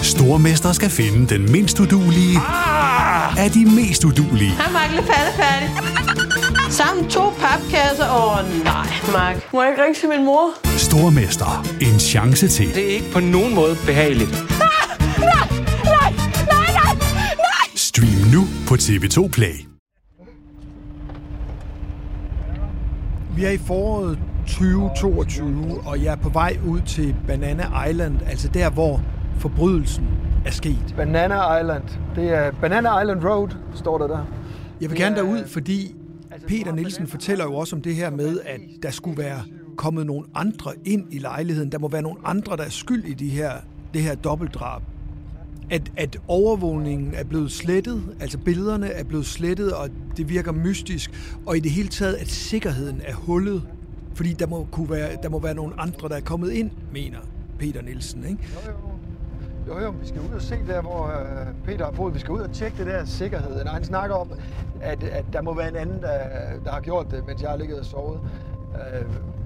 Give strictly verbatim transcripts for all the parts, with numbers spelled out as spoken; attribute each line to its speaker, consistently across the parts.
Speaker 1: Stormester skal finde den mindst uduelige ah! af de mest uduelige.
Speaker 2: Hej, Mark. Lidt færdig. Sammen to papkasser. Åh, oh, nej, Mark. Må jeg ikke ringe til min mor?
Speaker 1: Stormester. En chance til.
Speaker 3: Det er ikke på nogen måde behageligt.
Speaker 2: Ah! Nej, nej, nej, nej, nej!
Speaker 1: Stream nu på T V to Play.
Speaker 4: Vi er i foråret tyve toogtyve, og jeg er på vej ud til Banana Island, altså der, hvor forbrydelsen er sket.
Speaker 5: Banana Island. Det er Banana Island Road, står der der.
Speaker 4: Jeg vil gerne derud, fordi Peter Nielsen fortæller jo også om det her med, at der skulle være kommet nogle andre ind i lejligheden. Der må være nogle andre, der er skyld i de her, det her dobbeltdrab. At, at overvågningen er blevet slettet, altså billederne er blevet slettet, og det virker mystisk. Og i det hele taget, at sikkerheden er hullet. Fordi der må, kunne være, der må være nogle andre, der er kommet ind, mener Peter Nielsen, ikke?
Speaker 5: Jo, jo. Jo, jo, vi skal ud og se der, hvor Peter har boet. Vi skal ud og tjekke det der sikkerhed. Når han snakker om, at, at der må være en anden, der, der har gjort det, mens jeg har ligget og sovet. Uh,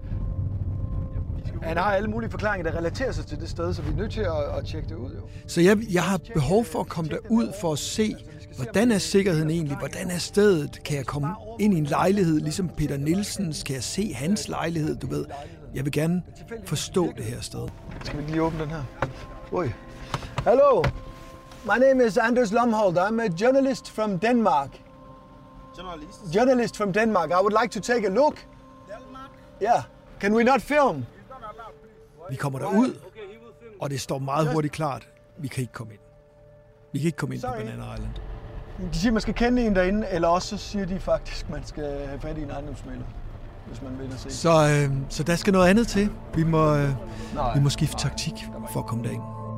Speaker 5: han har alle mulige forklaringer, der relaterer sig til det sted, så vi er nødt til at, at tjekke det ud. Jo.
Speaker 4: Så jeg, jeg har behov for at komme derud for at se, hvordan er sikkerheden egentlig? Hvordan er stedet? Kan jeg komme ind i en lejlighed, ligesom Peter Nielsens? Kan jeg se hans lejlighed, du ved? Jeg vil gerne forstå det her sted.
Speaker 5: Skal vi lige åbne den her? Ui. Hello, my name is Anders Lomholt. I'm a journalist from Denmark. Journalist? Journalist from Denmark. I would like to take a look. Denmark? Yeah. Can we not film?
Speaker 4: Vi kommer derud, og det står meget hurtigt klart. Vi kan ikke komme ind. Vi kan ikke komme ind på Banana Island.
Speaker 5: De siger, man skal kende en derinde, eller også så siger de faktisk, man skal have fat i en ejendomsmægler, hvis man vil se.
Speaker 4: Så, øh, så der skal noget andet til. Vi må, øh, vi må skifte taktik for at komme derind.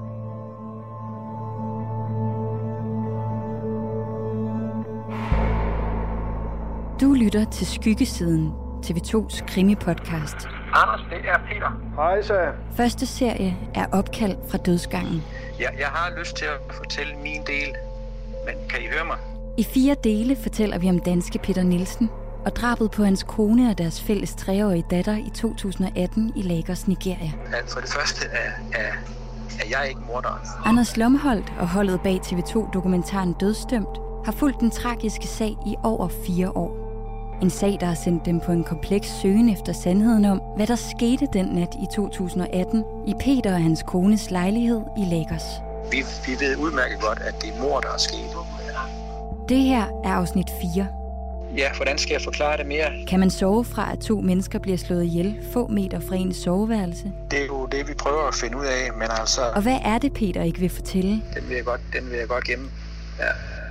Speaker 6: Du lytter til Skyggesiden, T V tos krimi-podcast.
Speaker 7: Anders, det er Peter.
Speaker 5: Hej, så.
Speaker 6: Første serie er Opkald fra dødsgangen.
Speaker 7: Ja, jeg har lyst til at fortælle min del, men kan I høre mig?
Speaker 6: I fire dele fortæller vi om danske Peter Nielsen og drabet på hans kone og deres fælles treårige datter i to tusind og atten i Lagos, Nigeria.
Speaker 7: Altså det første er, er, er jeg ikke morderen.
Speaker 6: Anders Lomholt og holdet bag T V to-dokumentaren Dødsdømt har fulgt den tragiske sag i over fire år. En sag, der har sendt dem på en kompleks søgen efter sandheden om, hvad der skete den nat i to tusind og atten i Peter og hans kones lejlighed i Lagos.
Speaker 7: Vi, vi ved udmærket godt, at det er mord, der er sket.
Speaker 6: Det her er afsnit fire.
Speaker 7: Ja, hvordan skal jeg forklare det mere?
Speaker 6: Kan man sove fra, at to mennesker bliver slået ihjel få meter fra ens soveværelse?
Speaker 7: Det er jo det, vi prøver at finde ud af, men altså...
Speaker 6: Og hvad er det, Peter ikke vil fortælle?
Speaker 7: Den vil jeg godt, den vil jeg godt gemme. Ja.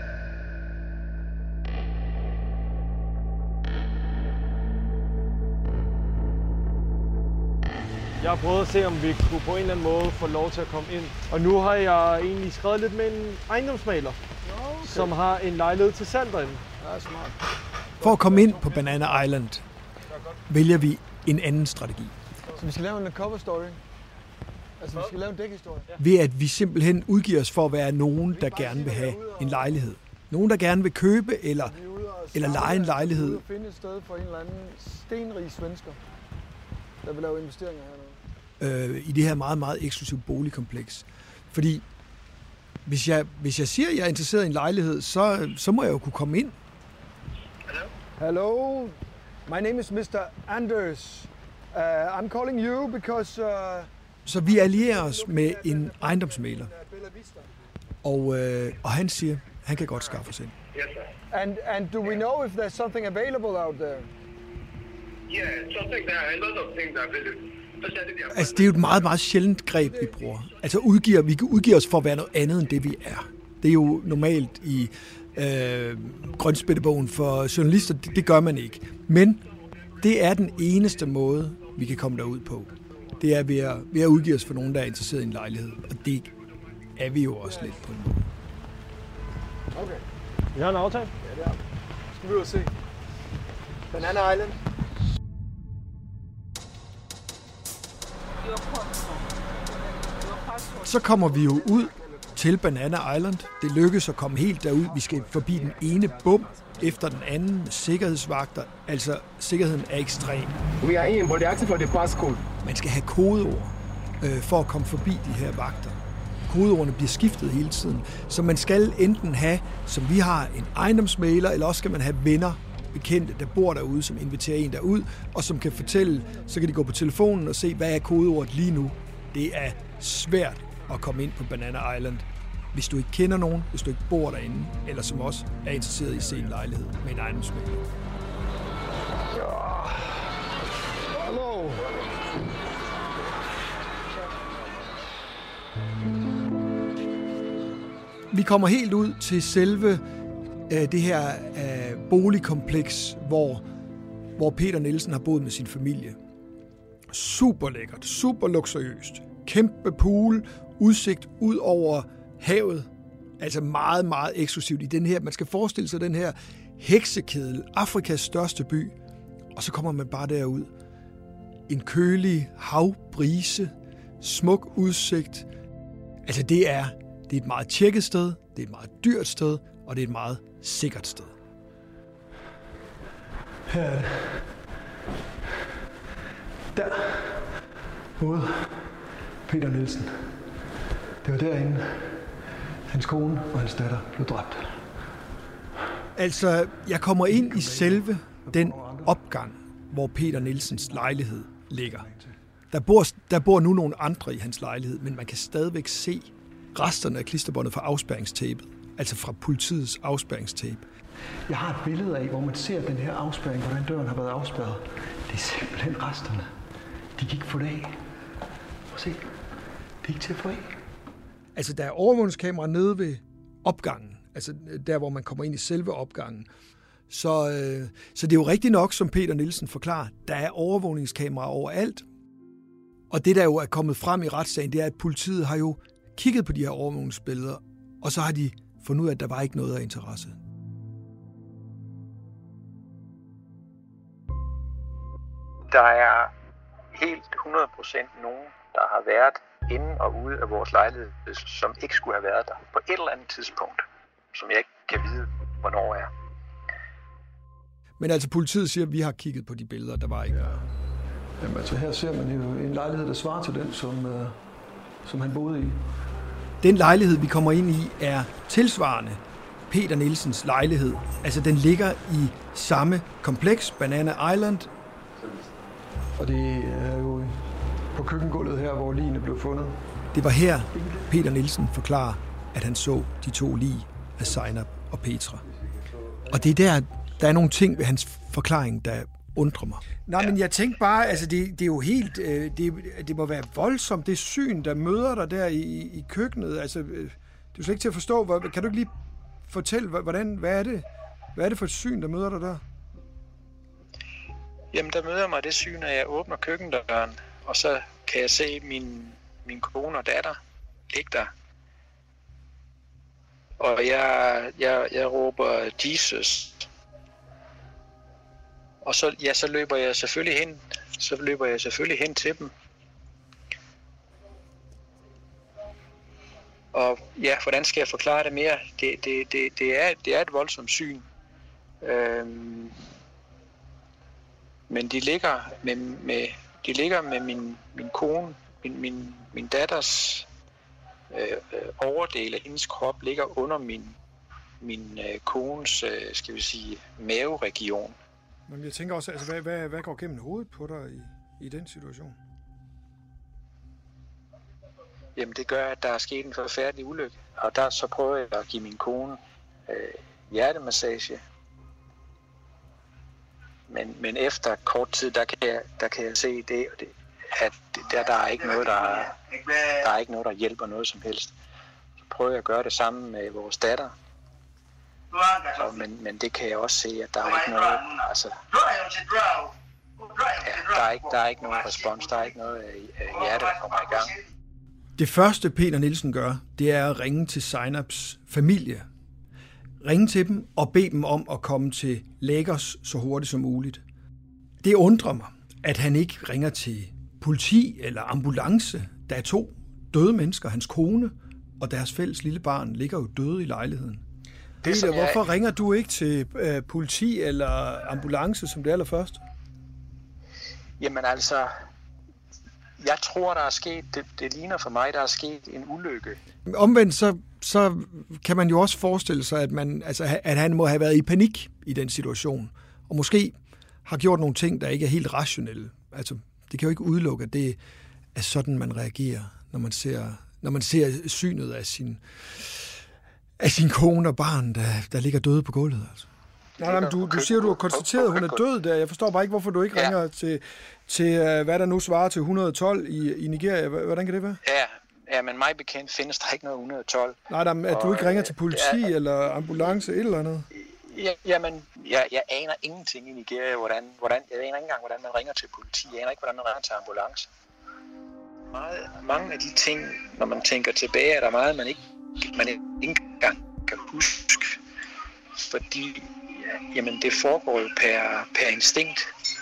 Speaker 8: Jeg har prøvet at se, om vi kunne på en eller anden måde få lov til at komme ind. Og nu har jeg egentlig skrevet lidt med en ejendomsmægler, okay, som har en lejlighed til salg derinde.
Speaker 5: Ja, smart.
Speaker 4: For at komme ind på Banana Island, vælger vi en anden strategi.
Speaker 5: Så vi skal lave en cover story? Altså, vi skal lave en dækhistorie?
Speaker 4: Ved at vi simpelthen udgiver os for at være nogen, der gerne vil have en lejlighed. Nogen, der gerne vil købe eller, eller leje en lejlighed.
Speaker 5: Vi er ude og finde et sted for en eller anden stenrig svensker, der vil lave investeringer hernede.
Speaker 4: Øh, I det her meget, meget eksklusive boligkompleks. Fordi hvis jeg, hvis jeg siger, at jeg er interesseret i en lejlighed, så, så må jeg jo kunne komme ind.
Speaker 5: Hello? Hello, my name is mister Anders. Uh, I'm calling you because... Uh...
Speaker 4: Så vi allierer os med en ejendomsmægler. Og, øh, og han siger, han kan godt skaffe os ind.
Speaker 7: Yes, sir.
Speaker 5: And, and do we know if there's something available out there?
Speaker 7: Yeah, something there. A lot of things are available.
Speaker 4: Altså, det er jo et meget, meget sjældent greb, vi bruger. Altså, udgiver, vi udgiver os for at være noget andet, end det vi er. Det er jo normalt i øh, grønspættebogen for journalister, det, det gør man ikke. Men det er den eneste måde, vi kan komme derud på. Det er ved at, ved at udgive os for nogen, der er interesseret i en lejlighed. Og det er vi jo også lidt på en måde.
Speaker 5: Okay.
Speaker 8: Vi har en aftale?
Speaker 5: Ja, det er. Skal vi ud og se Banana Island?
Speaker 4: Så kommer vi jo ud til Banana Island. Det lykkes at komme helt derud. Vi skal forbi den ene bum efter den anden med sikkerhedsvagter. Altså, sikkerheden er ekstrem.
Speaker 9: We are in, but they asking for the passcode.
Speaker 4: Man skal have kodeord øh, for at komme forbi de her vagter. kodeordene bliver skiftet hele tiden. Så man skal enten have, som vi har, en ejendomsmægler, eller også skal man have venner, bekendte, der bor derude, som inviterer en derud, og som kan fortælle, så kan de gå på telefonen og se, hvad er kodeordet lige nu. Det er svært at komme ind på Banana Island, hvis du ikke kender nogen, hvis du ikke bor derinde, eller som også er interesseret i at se en lejlighed med en ejendomsmægler.
Speaker 5: Ja. Hallo.
Speaker 4: Vi kommer helt ud til selve øh, det her øh, boligkompleks, hvor, hvor Peter Nielsen har boet med sin familie. Super lækkert, super luksuriøst. Kæmpe pool, udsigt ud over havet. Altså meget, meget eksklusivt i den her. Man skal forestille sig den her heksekedel, Afrikas største by. Og så kommer man bare derud. En kølig havbrise, smuk udsigt. Altså det er, det er et meget tjekket sted, det er et meget dyrt sted, og det er et meget sikkert sted.
Speaker 5: Her er det. Der. Ude. Peter Nielsen. Det var derinde, hans kone og hans datter blev dræbt.
Speaker 4: Altså, jeg kommer ind i selve den opgang, hvor Peter Nielsens lejlighed ligger. Der bor, der bor nu nogle andre i hans lejlighed, men man kan stadigvæk se resterne af klisterbåndet fra afspærringstapet, altså fra politiets afspærringstape.
Speaker 5: Jeg har et billede af, hvor man ser den her afspærring, hvordan døren har været afspærret. Det er simpelthen resterne. De gik få det af. Prøv at se. Det er ikke til at få af.
Speaker 4: Altså, der er overvågningskamera nede ved opgangen, altså der, hvor man kommer ind i selve opgangen. Så, øh, så det er jo rigtigt nok, som Peter Nielsen forklarer, der er overvågningskameraer overalt. Og det, der jo er kommet frem i retssagen, det er, at politiet har jo kigget på de her overvågningsbilleder, og så har de fundet ud af, at der var ikke noget af interesse.
Speaker 7: Der er helt hundrede procent nogen, der har været inde og ude af vores lejlighed, som ikke skulle have været der på et eller andet tidspunkt, som jeg ikke kan vide, hvornår er.
Speaker 4: Men altså politiet siger, at vi har kigget på de billeder, der var ikke.
Speaker 5: Ja. Jamen altså her ser man jo en lejlighed, der svarer til den, som, øh, som han boede i.
Speaker 4: Den lejlighed, vi kommer ind i, er tilsvarende Peter Nielsens lejlighed. Altså den ligger i samme kompleks, Banana Island.
Speaker 5: Og det er jo på køkkengulvet her, hvor ligene blev fundet.
Speaker 4: Det var her, Peter Nielsen forklarer, at han så de to lig af Zainab og Petra. Og det er der, der er nogle ting ved hans forklaring, der undrer mig. Nej, men jeg tænkte bare, altså det, det er jo helt, øh, det, det må være voldsomt, det syn, der møder dig der i, i køkkenet. Altså, øh, det er slet ikke til at forstå. Hvor, kan du ikke lige fortælle, hvordan, hvad er det, hvad er det for et syn, der møder dig der?
Speaker 7: Jamen, der møder mig det syn, at jeg åbner køkkendøren, og så kan jeg se min, min kone og datter ligge der. Og jeg, jeg, jeg råber Jesus. Og så, ja, så løber jeg selvfølgelig hen. Så løber jeg selvfølgelig hen til dem. Og ja, hvordan skal jeg forklare det mere? Det, det, det, det, er, det er et voldsomt syn. Øhm, men de ligger med, med, de ligger med min, min kone, min, min, min datters øh, overdel af hendes krop ligger under min, min øh, kones, øh, skal vi sige, maveregion.
Speaker 4: Men jeg tænker også, altså, hvad, hvad, hvad går gennem hovedet på dig i, i den situation?
Speaker 7: Jamen det gør, at der er sket en forfærdelig ulykke. Og der så prøver jeg at give min kone øh, hjertemassage. Men, men efter kort tid, der kan jeg, der kan jeg se det, at der, der, er ikke noget, der, der er ikke noget, der hjælper noget som helst. Så prøver jeg at gøre det samme med vores datter. Og, men, men det kan jeg også se, at der er ikke noget, altså, ja, der er ikke, der er ikke nogen respons, der er ikke noget hjerte, der kommer i gang.
Speaker 4: Det første Peter Nielsen gør, det er at ringe til Zainabs familie. Ringe til dem og bede dem om at komme til Lagos så hurtigt som muligt. Det undrer mig, at han ikke ringer til politi eller ambulance. Der er to døde mennesker, hans kone og deres fælles lille barn ligger jo døde i lejligheden. Det, Peter, jeg... hvorfor ringer du ikke til øh, politi eller ambulance som det allerførste?
Speaker 7: Jamen altså, jeg tror, der er sket, det, det ligner for mig, der er sket en ulykke.
Speaker 4: Omvendt så, så kan man jo også forestille sig, at, man, altså, at han må have været i panik i den situation, og måske har gjort nogle ting, der ikke er helt rationelle. Altså, det kan jo ikke udelukke, at det er sådan, man reagerer, når man ser, når man ser synet af sin, af sin kone og barn, der, der ligger døde på gulvet. Altså. Nå, nej, men du, du siger, du har konstateret, at hun er død der. Jeg forstår bare ikke, hvorfor du ikke ja. ringer til, til, hvad der nu svarer til et hundrede og tolv i, i Nigeria. Hvordan kan det være?
Speaker 7: Ja, ja, men mig bekendt findes der ikke noget et hundrede og tolv. Nej,
Speaker 4: der, at du ikke ringer til politi ja, eller ambulance eller eller andet?
Speaker 7: Ja, jamen, jeg, jeg aner ingenting i Nigeria, hvordan, hvordan, jeg aner ikke engang, hvordan man ringer til politi. Jeg aner ikke, hvordan man ringer til ambulance. Meget, mange af de ting, når man tænker tilbage, er der meget, man ikke, man ikke engang kan huske. Fordi jamen, det foregår jo per, per instinkt.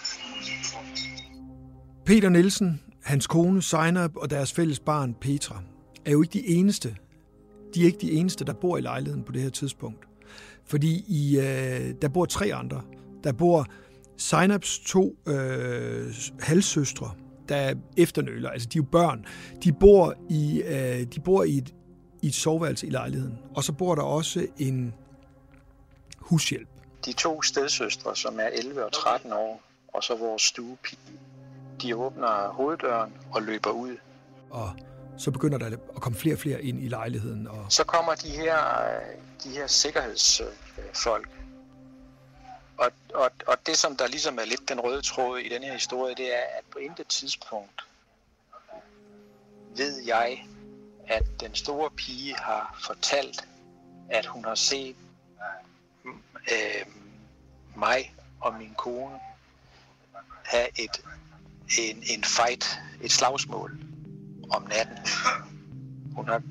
Speaker 4: Peter Nielsen, hans kone Zainab og deres fælles barn Petra er jo ikke de eneste. De er ikke de eneste, der bor i lejligheden på det her tidspunkt. Fordi i, øh, der bor tre andre. Der bor Zainabs to øh, halvsøstre, der er efternøler, altså de er jo børn. De bor i, øh, de bor i et, i et soveværelse i lejligheden. Og så bor der også en hushjælp.
Speaker 7: De to stedsøstre, som er elleve og tretten år, og så vores stuepige, de åbner hoveddøren og løber ud.
Speaker 4: Og så begynder der at komme flere og flere ind i lejligheden. Og
Speaker 7: så kommer de her, de her sikkerhedsfolk. Og, og, og det, som der ligesom er lidt den røde tråd i denne her historie, det er, at på intet tidspunkt ved jeg, at den store pige har fortalt, at hun har set øh, mig og min kone have et, en, en fight, et slagsmål om natten. Hun har,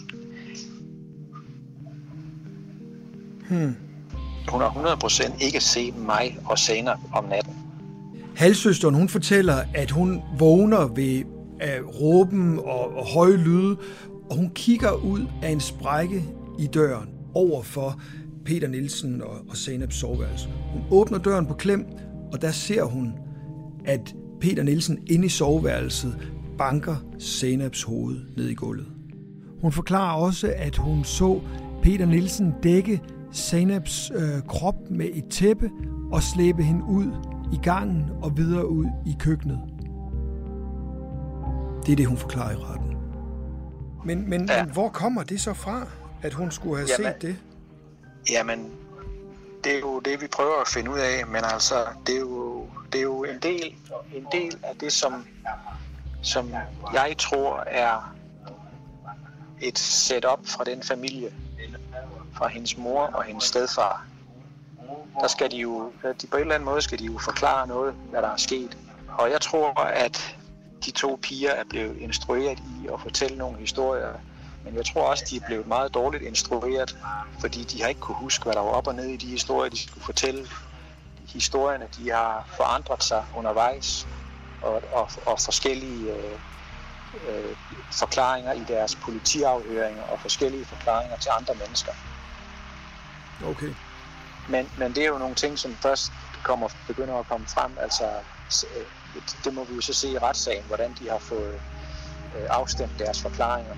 Speaker 4: hmm.
Speaker 7: hun har hundrede procent ikke set mig og Zainab om natten.
Speaker 4: Halvsøsteren, hun fortæller, at hun vågner ved at råben og, og høje lyde, og hun kigger ud af en sprække i døren over for Peter Nielsen og, og Zainabs soveværelse. Hun åbner døren på klem, og der ser hun, at Peter Nielsen inde i soveværelset banker Zainabs hoved ned i gulvet. Hun forklarer også, at hun så Peter Nielsen dække Zainabs øh, krop med et tæppe og slæbe hende ud i gangen og videre ud i køkkenet. Det er det, hun forklarer i retten. Men, men, ja. men hvor kommer det så fra, at hun skulle have jamen, set det?
Speaker 7: Jamen, det er jo det, vi prøver at finde ud af, men altså, det er jo, det er jo en, del, en del af det, som, som jeg tror er et setup fra den familie, fra hendes mor og hendes stedfar. Der skal de jo, de på en eller anden måde skal de jo forklare noget, hvad der er sket. Og jeg tror, at de to piger er blevet instrueret i at fortælle nogle historier, men jeg tror også, de er blevet meget dårligt instrueret, fordi de har ikke kunne huske, hvad der var op og ned i de historier, de skulle fortælle. Historierne, de har forandret sig undervejs, og, og, og forskellige øh, øh, forklaringer i deres politiafhøringer, og forskellige forklaringer til andre mennesker.
Speaker 4: Okay.
Speaker 7: Men, men det er jo nogle ting, som først kommer, begynder at komme frem. Altså, det må vi jo så se i retssagen, hvordan de har fået øh, afstemt deres forklaringer.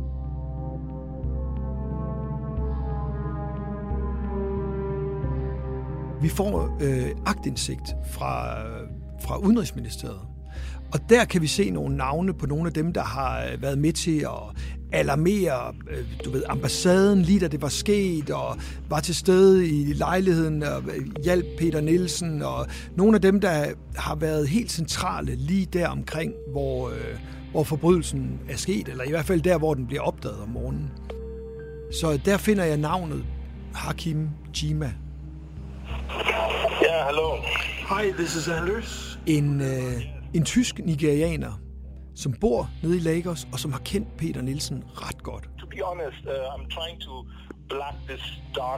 Speaker 4: Vi får øh, aktindsigt fra, fra Udenrigsministeriet, og der kan vi se nogle navne på nogle af dem, der har været med til at alarmere øh, du ved, ambassaden lige da det var sket, og var til stede i lejligheden og hjalp Peter Nielsen, og nogle af dem, der har været helt centrale lige der omkring, hvor, øh, hvor forbrydelsen er sket, eller i hvert fald der, hvor den bliver opdaget om morgenen. Så der finder jeg navnet Hakim Jima.
Speaker 9: Ja, yeah, hello.
Speaker 5: Hi, this is Anders.
Speaker 4: En, øh, en tysk nigerianer, som bor nede i Lagos, og som har kendt Peter Nielsen ret godt.
Speaker 9: To be honest, uh, I'm trying to black this dark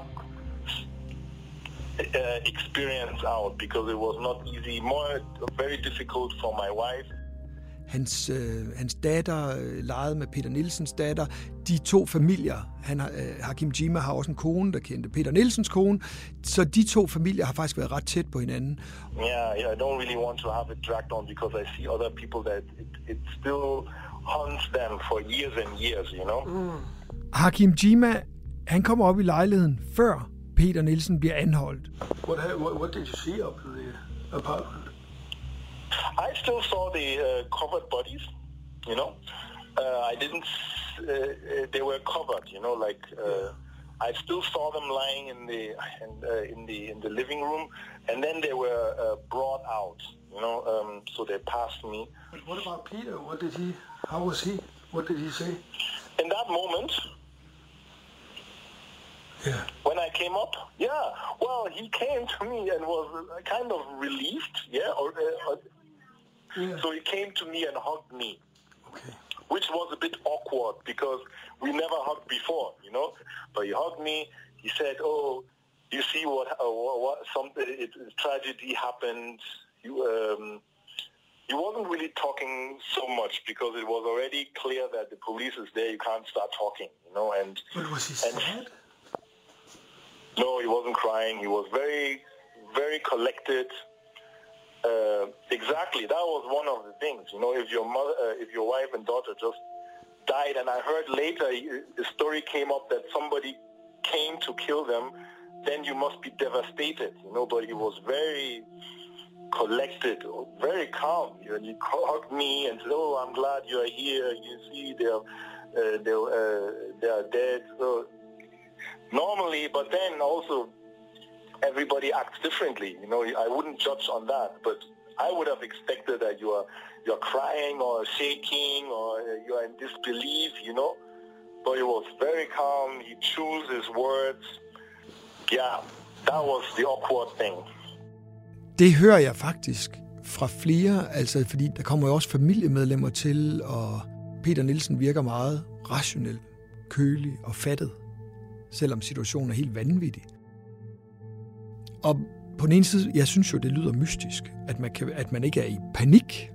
Speaker 9: uh, experience out, because it was not easy, more very difficult for my wife.
Speaker 4: Hans, øh, hans datter øh, legede med Peter Nielsens datter. De to familier, han har, øh, Hakim Djima har også en kone, der kendte Peter Nielsens kone, så de to familier har faktisk været ret tæt på hinanden.
Speaker 9: Yeah, yeah, I don't really want to have it dragged on because I see other people that it, it still haunts them for years and years, you know. Mm.
Speaker 4: Hakim Djima, han kommer op i lejligheden før Peter Nielsen bliver anholdt.
Speaker 5: What, what, what did you see up to the apartment?
Speaker 9: I still saw the uh, covered bodies, you know. Uh, I didn't. Uh, they were covered, you know. Like uh, I still saw them lying in the in, uh, in the in the living room, and then they were uh, brought out, you know. Um, so they passed me.
Speaker 5: But what about Peter? What did he? How was he? What did he say?
Speaker 9: In that moment.
Speaker 5: Yeah.
Speaker 9: When I came up, yeah. Well, he came to me and was kind of relieved, yeah. Or, uh, yeah. So he came to me and hugged me,
Speaker 5: okay.
Speaker 9: Which was a bit awkward because we never hugged before, you know. But he hugged me. He said, "Oh, you see what? Uh, what, what something? It, tragedy happened." You, um, he wasn't really talking so much because it was already clear that the police is there. You can't start talking, you know. And
Speaker 5: but was he
Speaker 9: and,
Speaker 5: sad?
Speaker 9: No, he wasn't crying. He was very, very collected. Uh, exactly, that was one of the things. You know, if your mother, uh, if your wife and daughter just died, and I heard later the story came up that somebody came to kill them, then you must be devastated. You know, but he was very collected, very calm. You know, he hugged me and said, "Oh, I'm glad you are here. You see, they're uh, they uh, they are dead." So. Normally, but then also everybody acts differently. You know, I wouldn't judge on that, but I would have expected that you are you're crying or shaking or you are in disbelief. You know, but he was very calm. He chose his words. Yeah, that was the awkward thing.
Speaker 4: Det hører jeg faktisk fra flere, altså fordi der kommer jo også familiemedlemmer til, og Peter Nielsen virker meget rationel, kølig og fattet, selvom situationen er helt vanvittig. Og på den ene side, jeg synes jo, det lyder mystisk, at man, kan, at man ikke er i panik.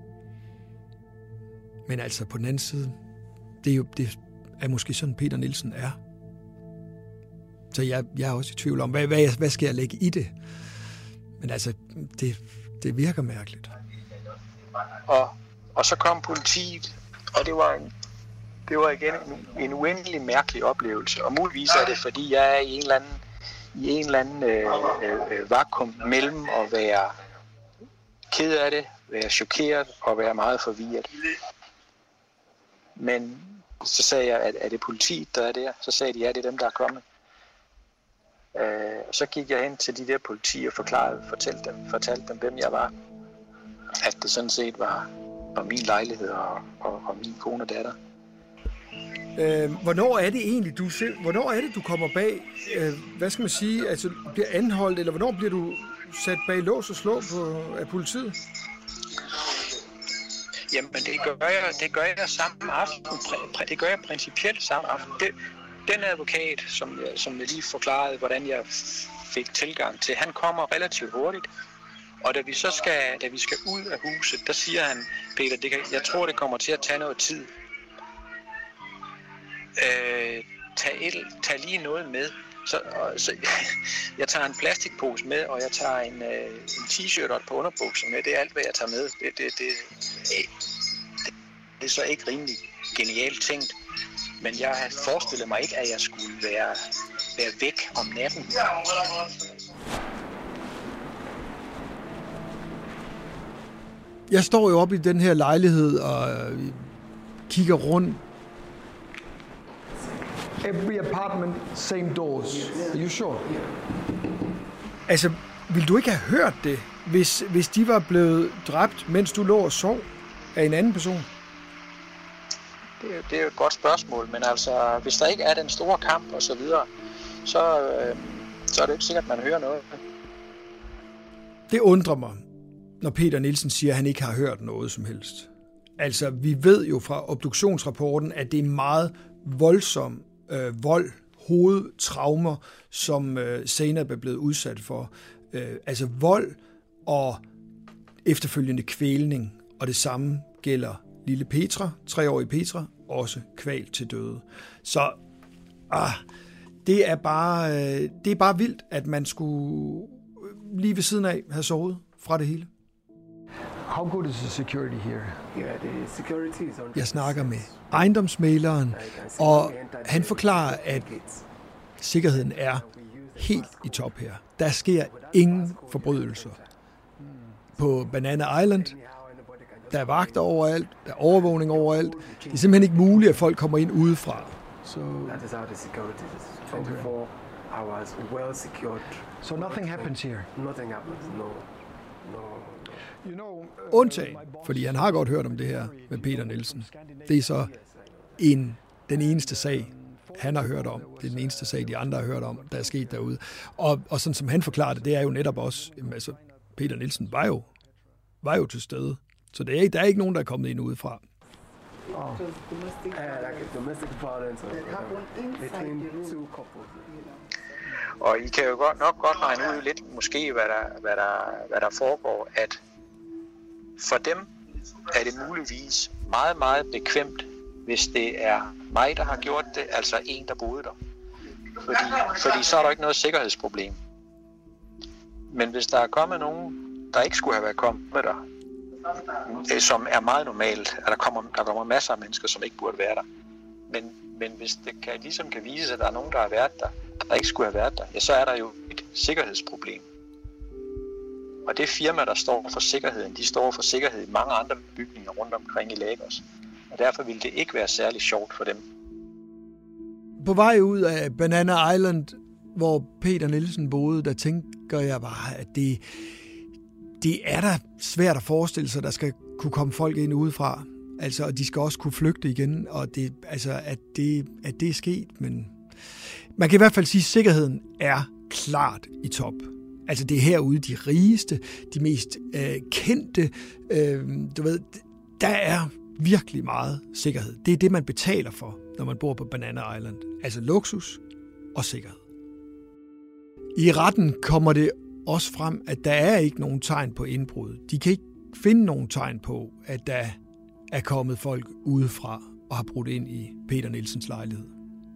Speaker 4: Men altså på den anden side, det er jo det er måske sådan, Peter Nielsen er. Så jeg, jeg er også i tvivl om, hvad, hvad, hvad skal jeg lægge i det? Men altså, det, det virker mærkeligt.
Speaker 7: Og, og så kom politiet, og det var en Det var igen en, en uendelig mærkelig oplevelse, og muligvis er det, fordi jeg er i en eller anden, i en eller anden øh, øh, vakuum mellem at være ked af det, være chokeret og være meget forvirret. Men så sagde jeg, at er det politiet, der er der? Så sagde de, ja, det er dem, der er kommet. Øh, så gik jeg hen til de der politi og forklarede, fortalte dem, fortalte dem, hvem jeg var. At det sådan set var, var min lejlighed og, og, og min kone og datter.
Speaker 4: Øh, hvornår er det egentlig, du ser, hvornår er det, du kommer bag, øh, hvad skal man sige, altså bliver anholdt, eller hvornår bliver du sat bag lås og slå på, af politiet?
Speaker 7: Jamen, det gør jeg, det gør jeg samme aften, det gør jeg principielt samme aften. Det, den advokat, som jeg, som jeg lige forklarede, hvordan jeg fik tilgang til, han kommer relativt hurtigt. Og da vi så skal, da vi skal ud af huset, der siger han, Peter, det kan, jeg tror, det kommer til at tage noget tid. Øh, tag, et, tag lige noget med. Så, og, så jeg tager en plastikpose med, og jeg tager en, øh, en t-shirt og et par underbukser med. Det er alt, hvad jeg tager med. Det, det, det, det, det er så ikke rimelig genialt tænkt. Men jeg forestillede mig ikke, at jeg skulle være, være væk om natten.
Speaker 4: Jeg står jo oppe i den her lejlighed og kigger rundt.
Speaker 5: Every apartment, same doors. Are you sure?
Speaker 4: Altså, ville du ikke have hørt det, hvis, hvis de var blevet dræbt, mens du lå og sov af en anden person?
Speaker 7: Det, det er jo et godt spørgsmål, men altså, hvis der ikke er den store kamp og så videre, så, øh, så er det ikke sikkert, at man hører noget.
Speaker 4: Det undrer mig, når Peter Nielsen siger, at han ikke har hørt noget som helst. Altså, vi ved jo fra obduktionsrapporten, at det er meget voldsom øh, vold, hovedtraumer, som øh, Zainab er blevet udsat for. Øh, altså vold og efterfølgende kvælning, og det samme gælder lille Petra, treårige Petra, også kvalt til døde. Så ah, det er bare det er bare vildt, at man skulle lige ved siden af have sovet fra det hele.
Speaker 5: How good is the security here?
Speaker 10: Yeah, the security is on.
Speaker 4: Jeg snakker med ejendomsmæleren, og han forklarer, at sikkerheden er helt i top her. Der sker ingen forbrydelser. På Banana Island, der er vagter overalt, der er overvågning overalt. Det er simpelthen ikke muligt, at folk kommer ind udefra.
Speaker 10: So that is how the security is. twenty-four hours, well secured.
Speaker 5: So nothing happens here?
Speaker 10: Nothing happens, no. No.
Speaker 4: Undtagen, fordi han har godt hørt om det her med Peter Nielsen. Det er så en, den eneste sag, han har hørt om. Det er den eneste sag, de andre har hørt om, der er sket derude. Og, og sådan som han forklarer det, det er jo netop også, jamen, altså, Peter Nielsen var jo, var jo til stede. Så det er, der er ikke nogen, der er kommet ind udefra.
Speaker 10: Oh. Uh, like a domestic violence between two couples.
Speaker 7: Og I kan jo godt, nok godt regne ud lidt, måske hvad der, hvad, der, hvad der foregår, at for dem er det muligvis meget, meget bekvemt, hvis det er mig, der har gjort det, altså en, der boede der. Fordi, fordi så er der ikke noget sikkerhedsproblem. Men hvis der er kommet nogen, der ikke skulle have været kommet der, som er meget normalt, at der kommer, der kommer masser af mennesker, som ikke burde være der. Men, men hvis det kan, ligesom kan vise, at der er nogen, der har været der, der ikke skulle have været der, ja, så er der jo et sikkerhedsproblem. Og det firma, der står for sikkerheden, de står for sikkerhed i mange andre bygninger rundt omkring i Lagos. Og derfor ville det ikke være særlig sjovt for dem.
Speaker 4: På vej ud af Banana Island, hvor Peter Nielsen boede, der tænker jeg bare, at det, det er da svært at forestille sig, at der skal kunne komme folk ind udefra. Altså, og de skal også kunne flygte igen, og det, altså, at, det, at det er sket. Men man kan i hvert fald sige, at sikkerheden er klart i top. Altså, det er herude de rigeste, de mest øh, kendte. Øh, du ved, der er virkelig meget sikkerhed. Det er det, man betaler for, når man bor på Banana Island. Altså luksus og sikkerhed. I retten kommer det også frem, at der er ikke nogen tegn på indbrud. De kan ikke finde nogen tegn på, at der er kommet folk udefra og har brudt ind i Peter Nielsens lejlighed.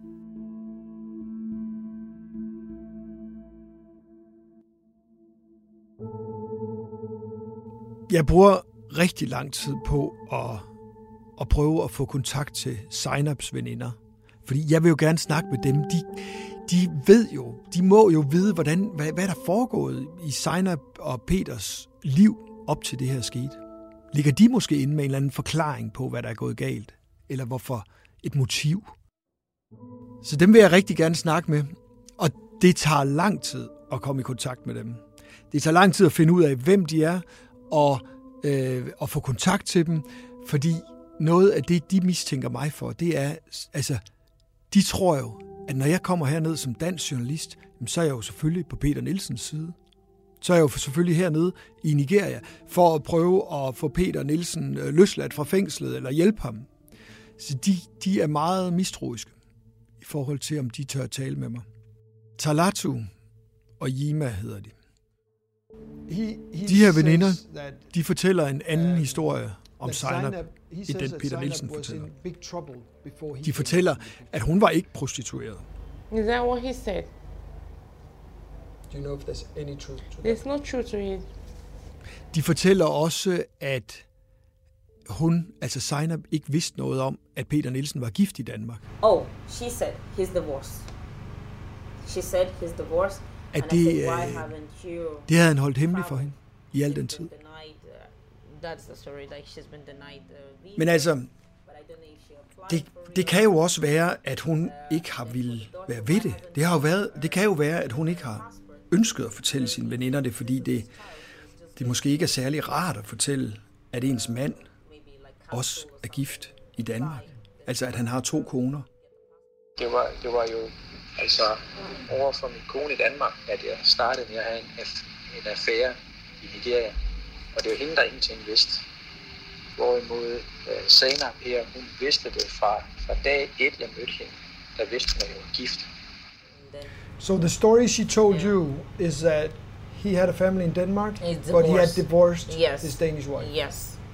Speaker 4: Jeg bruger rigtig lang tid på at, at prøve at få kontakt til Zainabs veninder. Fordi jeg vil jo gerne snakke med dem. De, de ved jo, de må jo vide, hvordan, hvad, hvad der er foregået i Zainab og Peters liv op til det her skete. Ligger de måske inde med en eller anden forklaring på, hvad der er gået galt? Eller hvorfor et motiv? Så dem vil jeg rigtig gerne snakke med. Og det tager lang tid at komme i kontakt med dem. Det tager lang tid at finde ud af, hvem de er, og, øh, og få kontakt til dem. Fordi noget af det, de mistænker mig for, det er, altså, de tror jo, at når jeg kommer herned som dansk journalist, så er jeg jo selvfølgelig på Peter Nielsens side. Så er jeg jo selvfølgelig hernede i Nigeria for at prøve at få Peter Nielsen løsladt fra fængslet eller hjælpe ham. Så de, de er meget mistroiske i forhold til, om de tør tale med mig. Talatu og Yima hedder de. De her veninder, de fortæller en anden historie om Zainab, i den Peter Nielsen fortæller. De fortæller, at hun var ikke prostitueret.
Speaker 11: Is that what he said?
Speaker 5: Do you know if there's any truth to that?
Speaker 11: There's no truth to it.
Speaker 4: De fortæller også, at hun, altså Zainab, ikke vidste noget om, at Peter Nielsen var gift i Danmark.
Speaker 12: Oh, she said he's divorced. She said he's divorced.
Speaker 4: At det, said, why haven't you det havde han holdt hemmeligt for hende i al den tid. Men altså, det, det kan jo også være, at hun ikke har ville være ved det. Det, har jo været, det kan jo være, at hun ikke har ønsket at fortælle sine veninder det, fordi det, det måske ikke er særlig rart at fortælle, at ens mand også er gift i Danmark. Altså, at han har to koner.
Speaker 7: Det var, det var jo altså over for min kone i Danmark, at jeg startede med at have en, en affære i Nigeria. Og det er jo hende, der ingenting vidste. Hvorimod uh, Zainab her, hun vidste det fra, fra dag et, jeg mødte hende. Der vidste hun, at jeg var gift.
Speaker 5: So the story she told you is that he had a family in Denmark, but he had divorced
Speaker 12: yes.
Speaker 5: his Danish wife.
Speaker 12: Yes,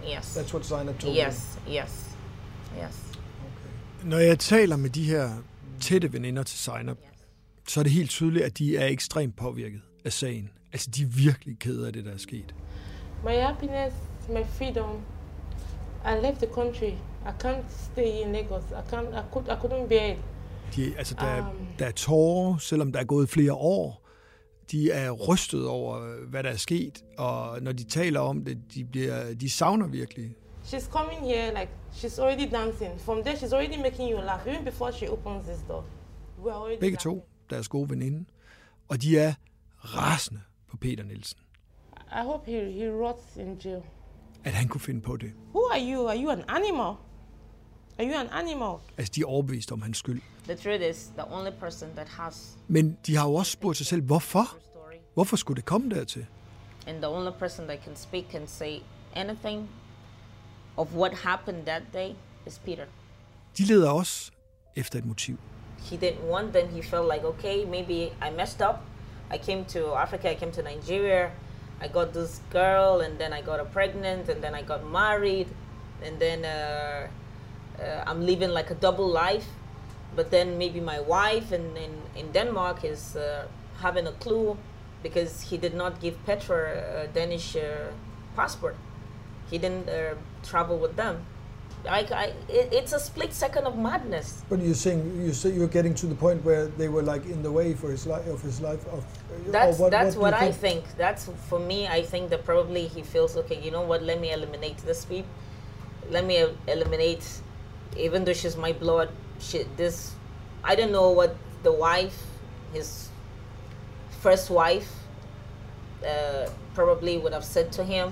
Speaker 12: Yes.
Speaker 5: That's what Zainab told
Speaker 12: Yes, yes, yes.
Speaker 4: Når jeg taler med de her tætte veninder til Zainab, så er det helt tydeligt, at de er ekstremt påvirket af sagen. Altså, de er virkelig kede af det, der er sket.
Speaker 11: My happiness, my freedom. I left the country. I can't stay in Lagos. I can't. I could. I couldn't bear it.
Speaker 4: De, altså, der, um, der er tårer, selvom der er gået flere år. De er rystet over, hvad der er sket, og når de taler om det, de, bliver, de savner virkelig.
Speaker 11: She's coming here like she's already dancing. From there, she's already making you laugh, even before she opens this door. We're already
Speaker 4: Begge
Speaker 11: laughing.
Speaker 4: to, deres gode veninde, og de er rasende på Peter Nielsen.
Speaker 11: I hope he he rots in jail.
Speaker 4: At han kunne finde på det.
Speaker 11: Who are you? Are you an animal? Are you an animal?
Speaker 4: Altså, de er overbevist om hans skyld.
Speaker 12: The truth is, the only person that has...
Speaker 4: Men de har jo også spurgt sig selv, hvorfor? Hvorfor skulle det komme dertil?
Speaker 12: And the only person that can speak and say anything of what happened that day is Peter.
Speaker 4: De leder også efter et motiv.
Speaker 12: He didn't want them. He felt like, okay, maybe I messed up. I came to Africa, I came to Nigeria. I got this girl, and then I got her pregnant, and then I got married, and then uh, uh, I'm living like a double life. But then maybe my wife in, in, in Denmark is uh, having a clue because he did not give Petra a Danish uh, passport. He didn't uh, travel with them. Like I, it, it's a split second of madness.
Speaker 5: But you're saying you say you're getting to the point where they were like in the way for his life of his life of.
Speaker 12: That's
Speaker 5: what,
Speaker 12: that's
Speaker 5: what,
Speaker 12: what
Speaker 5: I
Speaker 12: think? think. That's for me. I think that probably he feels okay. You know what? Let me eliminate this people. Let me eliminate, even though she's my blood. She, this, I don't know what the wife, his first wife, uh, probably would have said to him.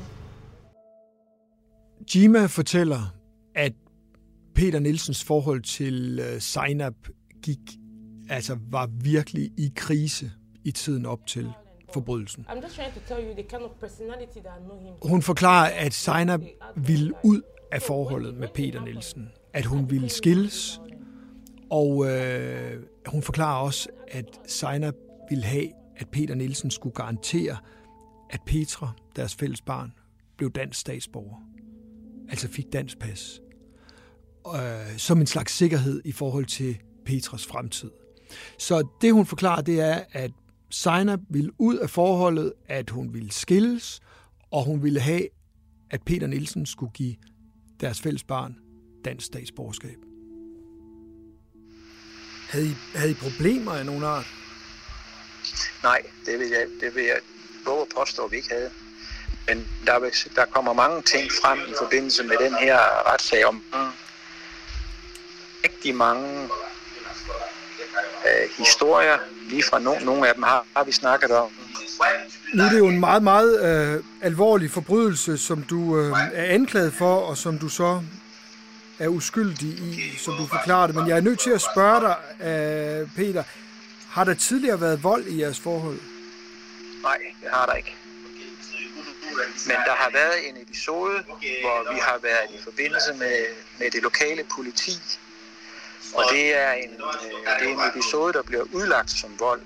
Speaker 4: Jima fortæller, at Peter Nielsens forhold til uh, Zainab gik, altså var virkelig i krise i tiden op til forbrydelsen.
Speaker 11: I'm just trying to tell you the kind of personality that I know him.
Speaker 4: Hun forklarer, at Zainab ville ud af forholdet med Peter Nielsen, at hun ville skilles, og øh, hun forklarer også, at Zainab ville have, at Peter Nielsen skulle garantere, at Petra, deres fælles barn, blev dansk statsborger. Altså fik dansk pas. Øh, som en slags sikkerhed i forhold til Petras fremtid. Så det, hun forklarer, det er, at Zainab ville ud af forholdet, at hun ville skilles, og hun ville have, at Peter Nielsen skulle give deres fælles barn dansk statsborgerskab. Havde I, havde I problemer af nogen art?
Speaker 7: Nej, det vil jeg, det vil jeg våge at påstå, at vi ikke havde. Men der, der kommer mange ting frem i forbindelse med den her retssag om rigtig mange øh, historier. Lige fra no, nogle af dem har, har vi snakket om.
Speaker 4: Nu er det jo en meget, meget øh, alvorlig forbrydelse, som du øh, er anklaget for, og som du så er uskyldig i, som du forklarer det. Men jeg er nødt til at spørge dig, øh, Peter, har der tidligere været vold i jeres forhold?
Speaker 7: Nej, det har der ikke. Men der har været en episode, hvor vi har været i forbindelse med, med det lokale politi. Og det er, en, det er en episode, der bliver udlagt som vold.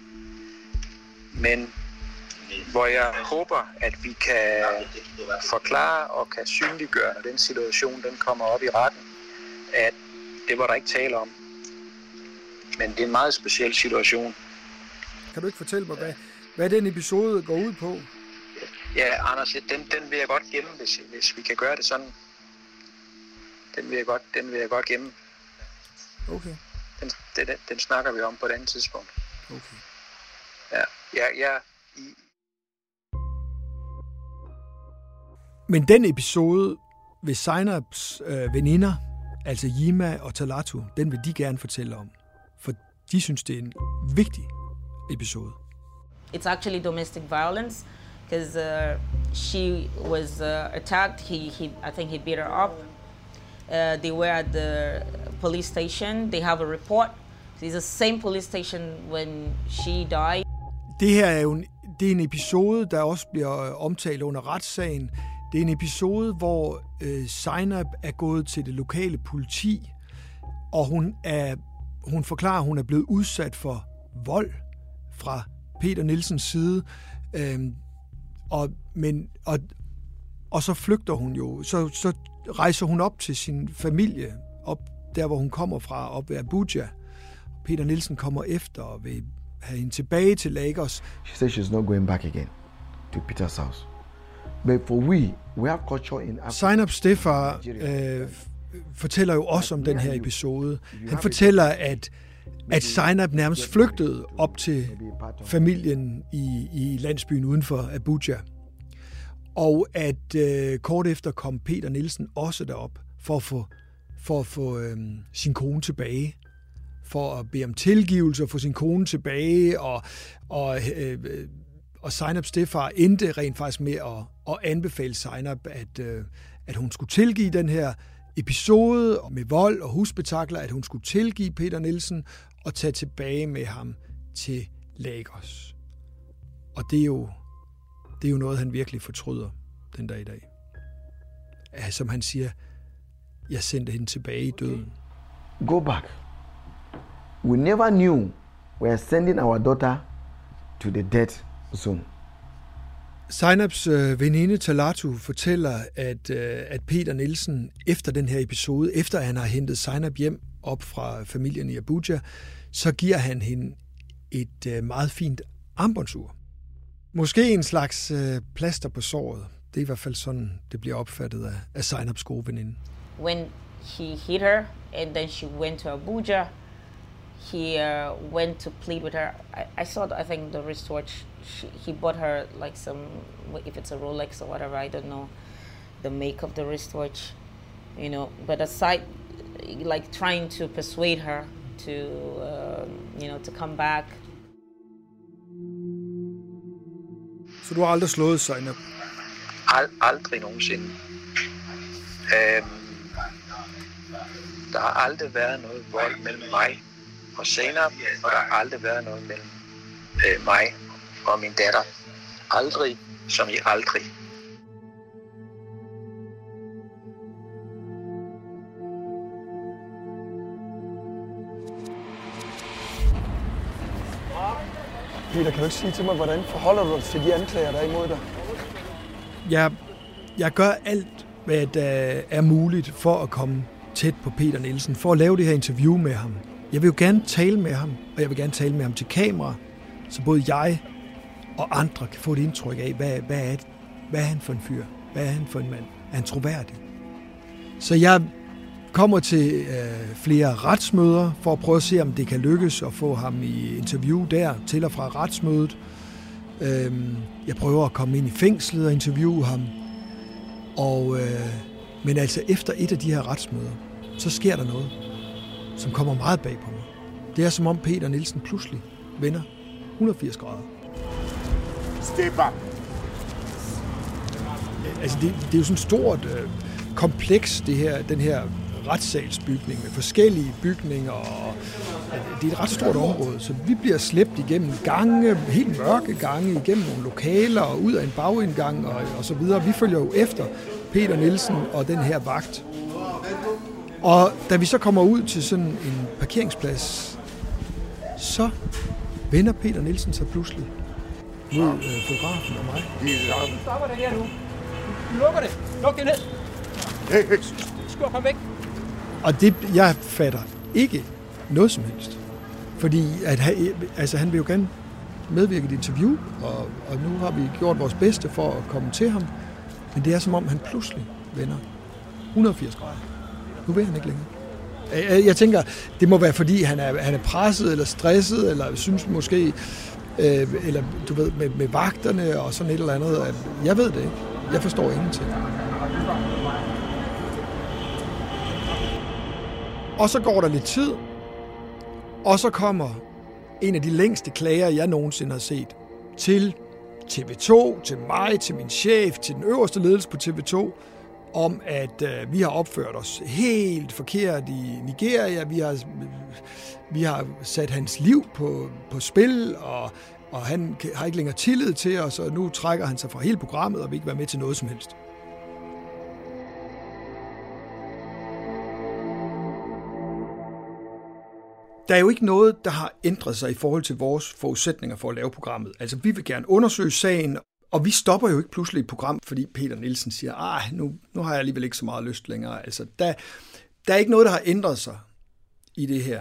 Speaker 7: Men hvor jeg håber, at vi kan forklare og kan synliggøre, når den situation den kommer op i retten, at det var der ikke tale om. Men det er en meget speciel situation.
Speaker 4: Kan du ikke fortælle mig, hvad, hvad den episode går ud på?
Speaker 7: Ja, Anders, den, den vil jeg godt gemme, hvis, hvis vi kan gøre det sådan. Den vil jeg godt, den vil jeg godt gemme.
Speaker 4: Okay.
Speaker 7: Den, den, den snakker vi om på et andet tidspunkt.
Speaker 4: Okay.
Speaker 7: Ja, ja, ja. I...
Speaker 4: Men den episode ved Zainabs øh, veninder, altså Jima og Talatu, den vil de gerne fortælle om. For de synes, det er en vigtig episode.
Speaker 12: It's actually domestic violence. Because uh, she was uh, attacked, he, he, I think he beat her up. Uh, they were at the police station. They have a report. It's the same police station when she died.
Speaker 4: Det her er jo en, det er en episode, der også bliver omtalt under retssagen. Det er en episode, hvor øh, Zainab er gået til det lokale politi, og hun, er, hun forklarer, at hun er blevet udsat for vold fra Peter Nielsens side. Øh, Og, men, og Og så flygter hun jo. Så, så rejser hun op til sin familie, op der, hvor hun kommer fra, op ved Abuja. Peter Nielsen kommer efter og vil have hende tilbage til Lagos.
Speaker 10: She said she's not going back again to Peter's house. But for we, we have culture in Africa.
Speaker 4: Zainab Steffar øh, fortæller jo også om den her episode. Han fortæller, at, at Zainab nærmest flygtede op til familien i, i landsbyen uden for Abuja. Og at øh, kort efter kom Peter Nielsen også derop for at få, for at få øh, sin kone tilbage. For at bede om tilgivelse og få sin kone tilbage. Og, og, øh, og Zainab Steffar endte rent faktisk med at, at anbefale Zainab, at, øh, at hun skulle tilgive den her episode med vold og husspektakler, at hun skulle tilgive Peter Nielsen og tage tilbage med ham til Lagos. Og det er jo, det er jo noget, han virkelig fortryder den dag i dag. Som han siger, jeg sendte hende tilbage i døden.
Speaker 10: Go back. We never knew we were sending our daughter to the death zone.
Speaker 4: Zainabs øh, veninde Talatu fortæller, at, øh, at Peter Nielsen efter den her episode, efter han har hentet Zainab hjem op fra familien i Abuja, så giver han hende et øh, meget fint armbåndsur. Måske en slags øh, plaster på såret. Det er i hvert fald sådan, det bliver opfattet af, af Zainabs gode veninde.
Speaker 12: When he hit her, and then she went to Abuja, he uh, went to plead with her. I, I saw, I think, the wristwatch. She, he bought her like some, if it's a Rolex or whatever, I don't know, the make of the wristwatch, you know. But aside, like trying to persuade her to, uh, you know, to come back.
Speaker 4: Så du har aldrig slået Zainab?
Speaker 7: Ald, aldrig nogensinde. Øhm, der har aldrig været noget vold mellem mig og Zainab, og der har aldrig været noget mellem øh, mig og min datter. Aldrig, som i aldrig.
Speaker 5: Peter, kan du ikke sige til mig, hvordan forholder du dig til de anklager, der er imod dig?
Speaker 4: Jeg, jeg gør alt, hvad der er muligt for at komme tæt på Peter Nielsen, for at lave det her interview med ham. Jeg vil jo gerne tale med ham, og jeg vil gerne tale med ham til kamera, så både jeg og andre kan få et indtryk af, hvad, hvad, er, det, hvad er han for en fyr? Hvad er han for en mand? Er han troværdig? Så jeg kommer til øh, flere retsmøder for at prøve at se, om det kan lykkes at få ham i interview der, til og fra retsmødet. Øhm, jeg prøver at komme ind i fængslet og interviewe ham. Og, øh, men altså efter et af de her retsmøder, så sker der noget, som kommer meget bag på mig. Det er som om Peter Nielsen pludselig vender et hundrede og firs grader.
Speaker 13: Step up.
Speaker 4: Altså det, det er jo sådan et stort øh, kompleks, det her, den her retssalsbygning med forskellige bygninger, og det er et ret stort område, så vi bliver slæbt igennem gange, helt mørke gange, igennem nogle lokaler og ud af en bagindgang og, og så videre. Vi følger jo efter Peter Nielsen og den her vagt. Og da vi så kommer ud til sådan en parkeringsplads, så vender Peter Nielsen sig pludselig mod øh, fotografen og mig.
Speaker 13: Du stopper det her nu. Du lukker det. Luk det ned. Hey, hey. Skub, kom væk.
Speaker 4: Og det, jeg fatter ikke noget som helst. Fordi at, altså, han vil jo gerne medvirke i et interview, og, og nu har vi gjort vores bedste for at komme til ham. Men det er som om, han pludselig vender et hundrede og firs grader. Nu vil han ikke længere. Jeg, jeg tænker, det må være fordi, han er, han er presset eller stresset, eller synes måske, øh, eller du ved, med, med vagterne og sådan et eller andet. Jeg ved det ikke. Jeg forstår ingenting. Og så går der lidt tid, og så kommer en af de længste klager, jeg nogensinde har set, til T V to, til mig, til min chef, til den øverste ledelse på T V to, om at øh, vi har opført os helt forkert i Nigeria, vi har, vi har sat hans liv på, på spil, og, og han har ikke længere tillid til os, og nu trækker han sig fra hele programmet, og vil ikke være med til noget som helst. Der er jo ikke noget, der har ændret sig i forhold til vores forudsætninger for at lave programmet. Altså, vi vil gerne undersøge sagen, Og vi stopper jo ikke pludselig et program, fordi Peter Nielsen siger, ah, nu, nu har jeg alligevel ikke så meget lyst længere. Altså, der, der er ikke noget, der har ændret sig i det her.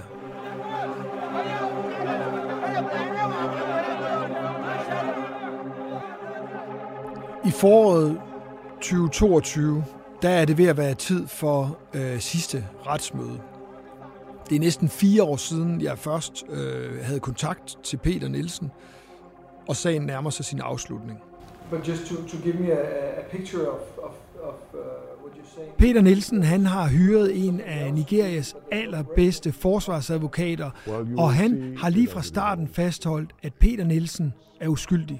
Speaker 4: I foråret tyve toogtyve, der er det ved at være tid for øh, sidste retsmøde. Det er næsten fire år siden, jeg først øh, havde kontakt til Peter Nielsen, og sagen nærmer sig sin afslutning. But just to, to give me a, a picture of, of, of uh, what you're saying. Peter Nielsen, han har hyret en af Nigerias allerbedste forsvarsadvokater, og han har lige fra starten fastholdt, at Peter Nielsen er uskyldig.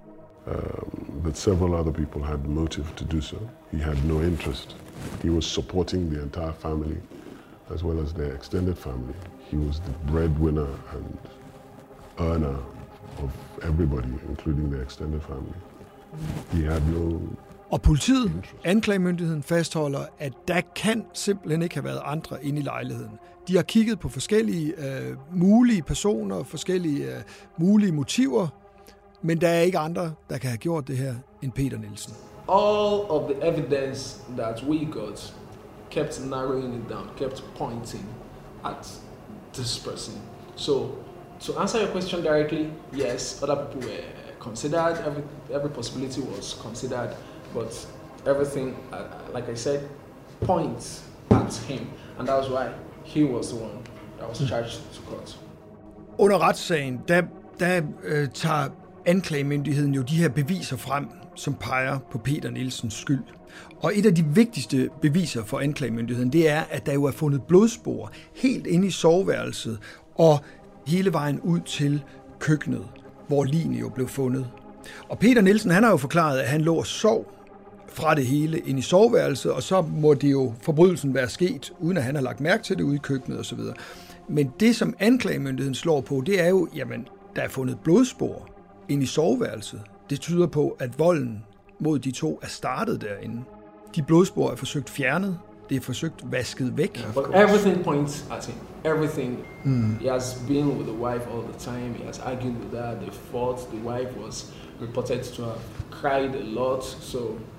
Speaker 14: Um, but several other people had motive to do so. He had no interest. He was supporting the entire family, as well as their extended family. He was the breadwinner and earner of everybody, including their extended family. He had no...
Speaker 4: Og politiet, anklagemyndigheden, fastholder, at der kan simpelthen ikke have været andre inde i lejligheden. De har kigget på forskellige øh, mulige personer, forskellige øh, mulige motiver, men der er ikke andre, der kan have gjort det her, end Peter Nielsen.
Speaker 15: All of the evidence that we got kept narrowing it down, kept pointing at this person. So, to answer your question directly, yes, other people were considered, every, every possibility was considered, but everything, uh, like I said, points at him, and that was why he was the one that was charged to court.
Speaker 4: Under retssagen, der, der øh, tager anklagemyndigheden jo de her beviser frem, som peger på Peter Nielsens skyld. Og et af de vigtigste beviser for anklagemyndigheden, det er, at der jo er fundet blodspor helt inde i soveværelset og hele vejen ud til køkkenet, hvor ligene jo blev fundet. Og Peter Nielsen, han har jo forklaret, at han lå og sov fra det hele ind i soveværelset, og så må det jo forbrydelsen være sket, uden at han har lagt mærke til det ude i køkkenet osv. Men det, som anklagemyndigheden slår på, det er jo, jamen, der er fundet blodspor ind i soveværelset. Det tyder på, at volden mod de to er startet derinde. De blodspor er forsøgt fjernet, det er forsøgt vasket væk.
Speaker 15: Yeah, but everything points at him. Everything. Mm. He has been with the wife all the time. He has argued with her. They fought. The wife was reported to have cried a lot. So.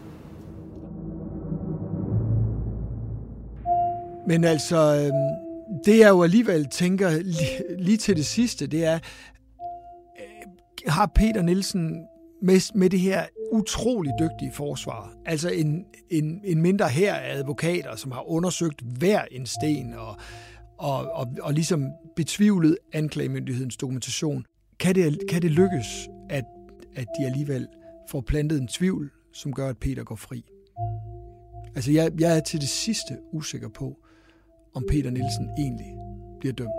Speaker 4: Men altså, det jeg jo alligevel tænker lige, lige til det sidste, det er, har Peter Nielsen med, med det her utrolig dygtige forsvar, altså en, en, en mindre hær af advokater, som har undersøgt hver en sten og, og, og, og ligesom betvivlet anklagemyndighedens dokumentation, kan det, kan det lykkes, at, at de alligevel får plantet en tvivl, som gør, at Peter går fri? Altså, jeg, jeg er til det sidste usikker på, om Peter Nielsen egentlig bliver dømt.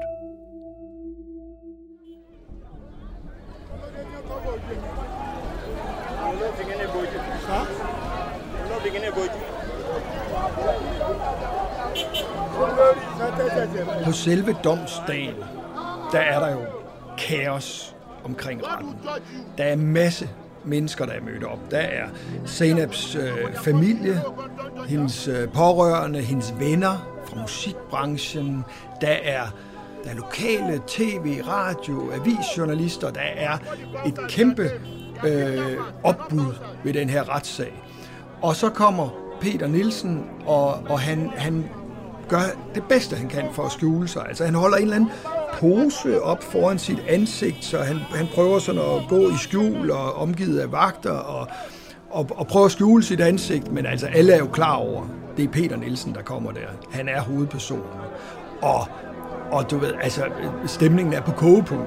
Speaker 4: På selve domsdagen, der er der jo kaos omkring retten. Der er en masse mennesker, der er mødt op. Der er Zainabs øh, familie, hendes øh, pårørende, hendes venner fra musikbranchen. Der er, der er lokale tv, radio, avisjournalister. Der er et kæmpe øh, opbud ved den her retssag. Og så kommer Peter Nielsen, og, og han, han gør det bedste, han kan for at skjule sig. Altså, han holder en eller anden pose op foran sit ansigt, så han, han prøver sådan at gå i skjul og omgivet af vagter og, og, og prøver at skjule sit ansigt, men altså, alle er jo klar over, det er Peter Nielsen, der kommer der. Han er hovedpersonen. Og, og du ved, altså, stemningen er på kogepunkt.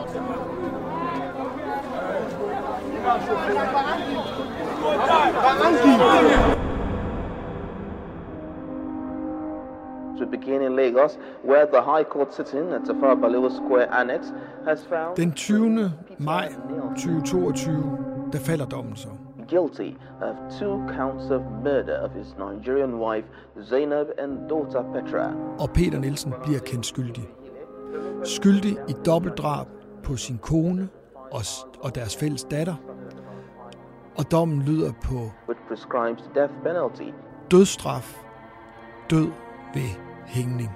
Speaker 16: To begin in Lagos, where the High Court sitting at Tafawa Balewa Square Annex has found...
Speaker 4: Den tyvende maj tyve toogtyve, der falder dommen så.
Speaker 16: Guilty of two counts of murder of his Nigerian wife Zainab and daughter Petra.
Speaker 4: Og Peter Nielsen bliver kendt skyldig. Skyldig i dobbeltdrab på sin kone og, og deres fælles datter. Og dommen lyder på
Speaker 16: which prescribes death penalty.
Speaker 4: Dødsstraf, død ved hængning.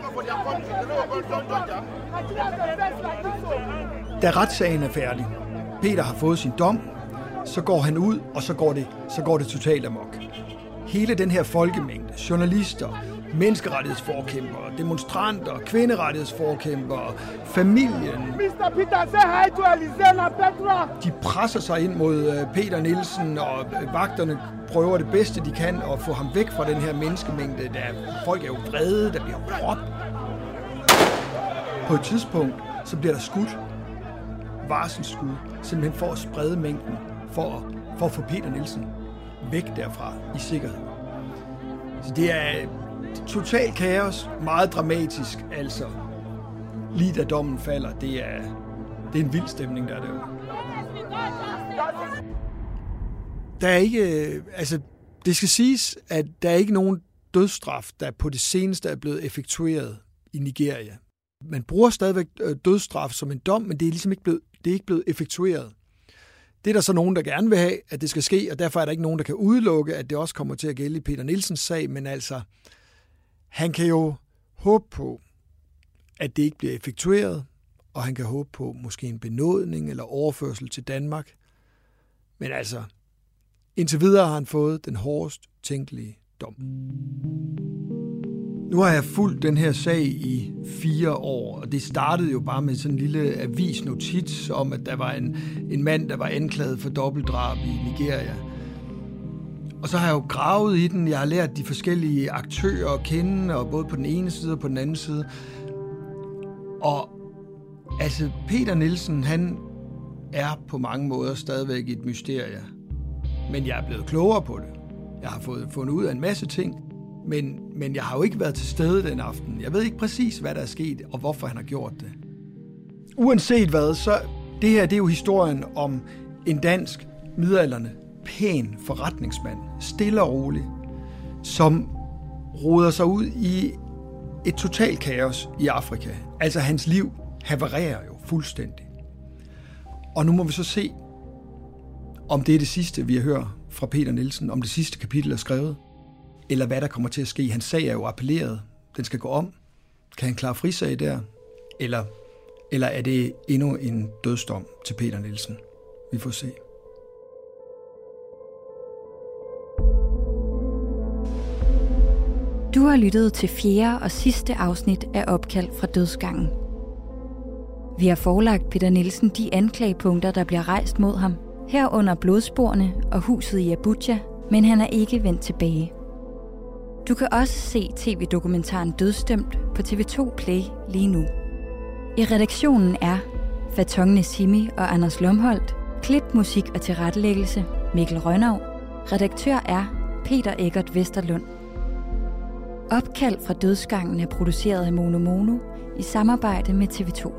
Speaker 4: Da retssagen er færdig, Peter har fået sin dom, så går han ud, og så går det, så går det totalt amok. Hele den her folkemængde, journalister, menneskerettighedsforkæmpere, demonstranter, kvinderettighedsforkæmpere, familien.
Speaker 17: mister Peter, say hi to Elisena Petra.
Speaker 4: De presser sig ind mod Peter Nielsen, og vagterne prøver det bedste, de kan at få ham væk fra den her menneskemængde. Der, folk er jo vrede, der bliver råbt. På et tidspunkt, så bliver der skudt. Varselsskud, simpelthen for at sprede mængden, for at, for at få Peter Nielsen væk derfra i sikkerhed. Så det er total kaos, meget dramatisk, altså. Lige da dommen falder, det er, det er en vild stemning, der er derude. Der er ikke, altså, det skal siges, at der er ikke nogen dødsstraf, der på det seneste er blevet effektueret i Nigeria. Man bruger stadigvæk dødsstraf som en dom, men det er ligesom ikke blevet, det er ikke blevet effektueret. Det er der så nogen, der gerne vil have, at det skal ske, og derfor er der ikke nogen, der kan udelukke, at det også kommer til at gælde i Peter Nielsens sag, men altså, han kan jo håbe på, at det ikke bliver effektueret, og han kan håbe på måske en benådning eller overførsel til Danmark. Men altså, indtil videre har han fået den hårdest tænkelige dom. Nu har jeg fulgt den her sag i fire år, og det startede jo bare med sådan en lille avisnotits om, at der var en, en mand, der var anklaget for dobbeltdrab i Nigeria. Og så har jeg jo gravet i den, jeg har lært de forskellige aktører at kende, og både på den ene side og på den anden side. Og altså, Peter Nielsen, han er på mange måder stadigvæk et mysterie. Men jeg er blevet klogere på det. Jeg har fået fundet ud af en masse ting, men, men jeg har jo ikke været til stede den aften. Jeg ved ikke præcis, hvad der er sket, og hvorfor han har gjort det. Uanset hvad, så det her det er jo historien om en dansk, midaldrende, pæn forretningsmand, stille og rolig, som roder sig ud i et totalt kaos i Afrika. Altså hans liv havarerer jo fuldstændig. Og nu må vi så se, om det er det sidste, vi har hørt fra Peter Nielsen, om det sidste kapitel er skrevet, eller hvad der kommer til at ske. Hans sag er jo appelleret. Den skal gå om. Kan han klare frisag der? Eller, eller er det endnu en dødsdom til Peter Nielsen? Vi får se.
Speaker 6: Du har lyttet til fjerde og sidste afsnit af Opkald fra dødsgangen. Vi har forelagt Peter Nielsen de anklagepunkter, der bliver rejst mod ham, herunder blodsporene og huset i Abuja, men han er ikke vendt tilbage. Du kan også se tv-dokumentaren Dødsdømt på T V to Play lige nu. I redaktionen er Faton Nesimi og Anders Lomholdt, klip, musik og tilrettelæggelse Mikkel Rønnav, redaktør er Peter Eggert Vesterlund. Opkald fra dødsgangen er produceret af Mono Mono i samarbejde med T V to.